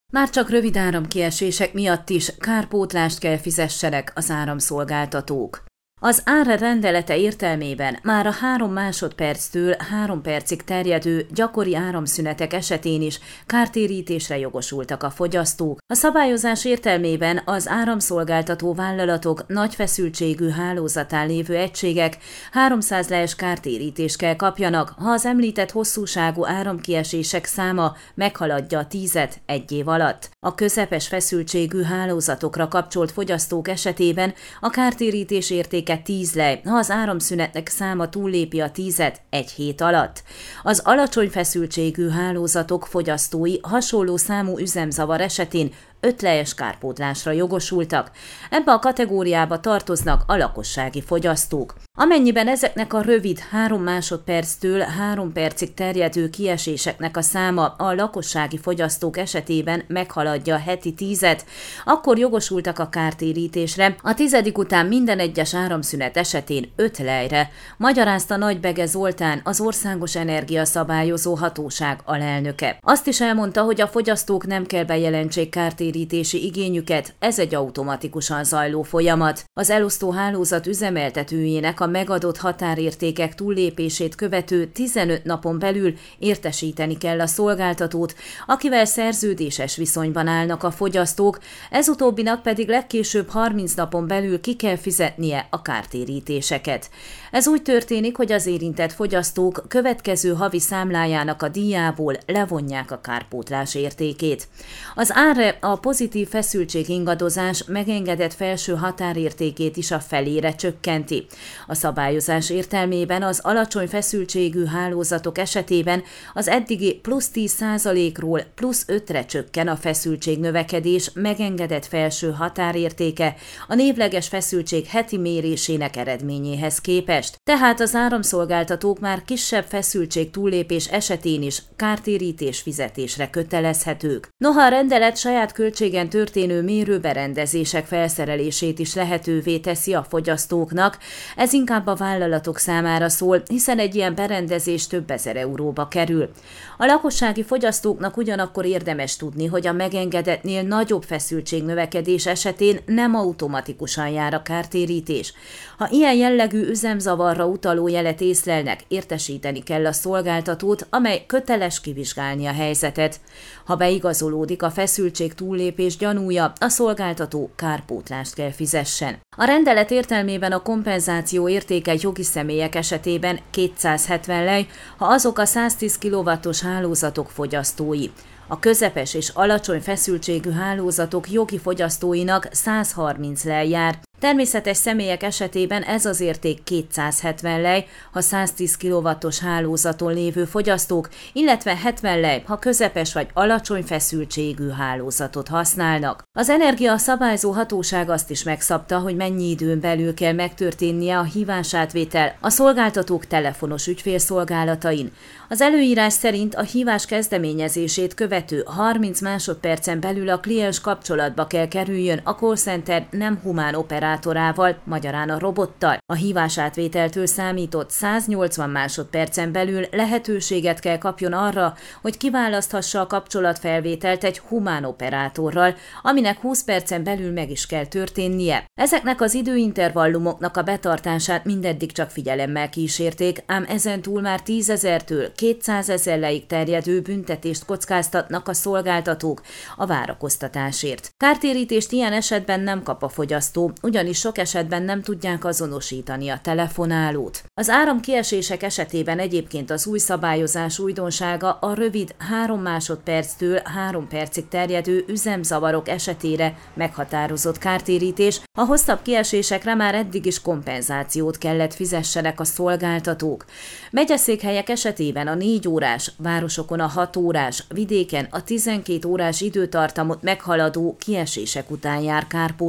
Már csak rövid áramkiesések miatt is kárpótlást kell fizessenek az áramszolgáltatók. Az ÁRE rendelete értelmében már a 3 másodperctől 3 percig terjedő gyakori áramszünetek esetén is kártérítésre jogosultak a fogyasztók. A szabályozás értelmében az áramszolgáltató vállalatok nagy feszültségű hálózatán lévő egységek 300 lees kártérítést kell kapjanak, ha az említett hosszúságú áramkiesések száma meghaladja a 10-et egy év alatt. A közepes feszültségű hálózatokra kapcsolt fogyasztók esetében a kártérítés értéke 10 lej, ha az áramszünetnek száma túllépi a 10-et egy hét alatt. Az alacsony feszültségű hálózatok fogyasztói hasonló számú üzemzavar esetén 5 lejes kárpótlásra jogosultak. Ebbe a kategóriába tartoznak a lakossági fogyasztók. Amennyiben ezeknek a rövid 3 másodperctől 3 percig terjedő kieséseknek a száma a lakossági fogyasztók esetében meghaladja a heti 10-et, akkor jogosultak a kártérítésre, a 10. után minden egyes áramszünet esetén 5 lejre, magyarázta Nagybege Zoltán, az Országos Energiaszabályozó Hatóság alelnöke. Azt is elmondta, hogy a fogyasztók nem kell bejelentsék kártérítési igényüket, ez egy automatikusan zajló folyamat. Az elosztó hálózat üzemeltetőjének a megadott határértékek túllépését követő 15 napon belül értesíteni kell a szolgáltatót, akivel szerződéses viszonyban állnak a fogyasztók, ez utóbbinak pedig legkésőbb 30 napon belül ki kell fizetnie a kártérítéseket. Ez úgy történik, hogy az érintett fogyasztók következő havi számlájának a díjából levonják a kárpótlás értékét. Az ÁRE a pozitív feszültségingadozás megengedett felső határértékét is a felére csökkenti. A szabályozás értelmében az alacsony feszültségű hálózatok esetében az eddigi plusz 10%-ról plusz 5-re csökken a feszültségnövekedés megengedett felső határértéke a névleges feszültség heti mérésének eredményéhez képest. Tehát az áramszolgáltatók már kisebb feszültség túllépés esetén is kártérítés fizetésre kötelezhetők. Noha a rendelet saját költségen történő mérőberendezések felszerelését is lehetővé teszi a fogyasztóknak, ez inkább a vállalatok számára szól, hiszen egy ilyen berendezés több ezer euróba kerül. A lakossági fogyasztóknak ugyanakkor érdemes tudni, hogy a megengedetnél nagyobb feszültségnövekedés esetén nem automatikusan jár a kártérítés. Ha ilyen jellegű üzemzavarra utaló jelet észlelnek, értesíteni kell a szolgáltatót, amely köteles kivizsgálni a helyzetet. Ha beigazolódik a feszültség túllépés gyanúja, a szolgáltató kárpótlást kell fizessen. A rendelet értelmében a kompenzáció értéke jogi személyek esetében 270 lej, ha azok a 110 kW-os hálózatok fogyasztói. A közepes és alacsony feszültségű hálózatok jogi fogyasztóinak 130 lej jár. Természetes személyek esetében ez az érték 270 lej, ha 110 kW-os hálózaton lévő fogyasztók, illetve 70 lej, ha közepes vagy alacsony feszültségű hálózatot használnak. Az Energiaszabályozó Hatóság azt is megszabta, hogy mennyi időn belül kell megtörténnie a hívásátvétel a szolgáltatók telefonos ügyfélszolgálatain. Az előírás szerint a hívás kezdeményezését követő 30 másodpercen belül a kliens kapcsolatba kell kerüljön a call center nem humán operátorával, magyarán a robottal. A hívásátvételtől számított 180 másodpercen belül lehetőséget kell kapjon arra, hogy kiválaszthassa a kapcsolatfelvételt egy humán operátorral, aminek 20 percen belül meg is kell történnie. Ezeknek az időintervallumoknak a betartását mindeddig csak figyelemmel kísérték, ám ezentúl már 10 000-től 200 000 lejig terjedő büntetést kockáztatnak a szolgáltatók a várakoztatásért. Kártérítést ilyen esetben nem kap a fogyasztó, ugyanis sok esetben nem tudják azonosítani a telefonálót. Az áramkiesések esetében egyébként az új szabályozás újdonsága a rövid 3 másodperctől 3 percig terjedő üzemzavarok esetére meghatározott kártérítés, a hosszabb kiesésekre már eddig is kompenzációt kellett fizessenek a szolgáltatók. Megyeszékhelyek esetében a 4 órás, városokon a 6 órás, vidéken a 12 órás időtartamot meghaladó kiesések után jár kárpótlás,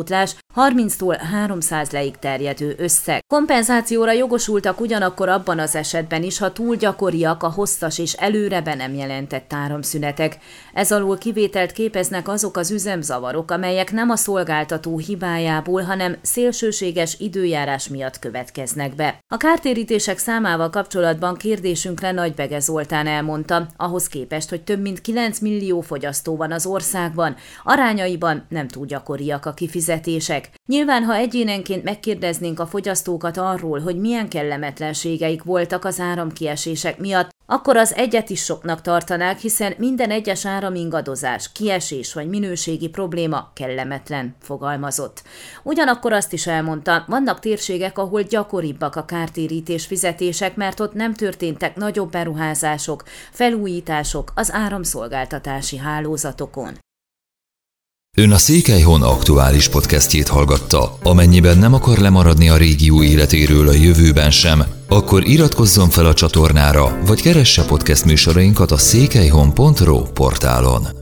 30-tól 300 leig terjedő összeg. Kompenzációra jogosultak ugyanakkor abban az esetben is, ha túl gyakoriak a hosszas és előre be nem jelentett áramszünetek. Ez alól kivételt képeznek azok az üzemzavarok, amelyek nem a szolgáltató hibájából, hanem szélsőséges időjárás miatt következnek be. A kártérítések számával kapcsolatban kérdésünkre Nagybege Zoltán elmondta, ahhoz képest, hogy több mint 9 millió fogyasztó van az országban, arányaiban nem túl gyakoriak a kifizetések. Nyilván, ha egyénenként megkérdeznénk a fogyasztókat arról, hogy milyen kellemetlenségeik voltak az áramkiesések miatt, akkor az egyet is soknak tartanák, hiszen minden egyes áramingadozás, kiesés vagy minőségi probléma kellemetlen, fogalmazott. Ugyanakkor azt is elmondta, vannak térségek, ahol gyakoribbak a kártérítés fizetések, mert ott nem történtek nagyobb beruházások, felújítások az áramszolgáltatási hálózatokon. Ön a Székelyhon aktuális podcastjét hallgatta. Amennyiben nem akar lemaradni a régió életéről a jövőben sem, akkor iratkozzon fel a csatornára, vagy keresse podcast műsorainkat a székelyhon.ro portálon.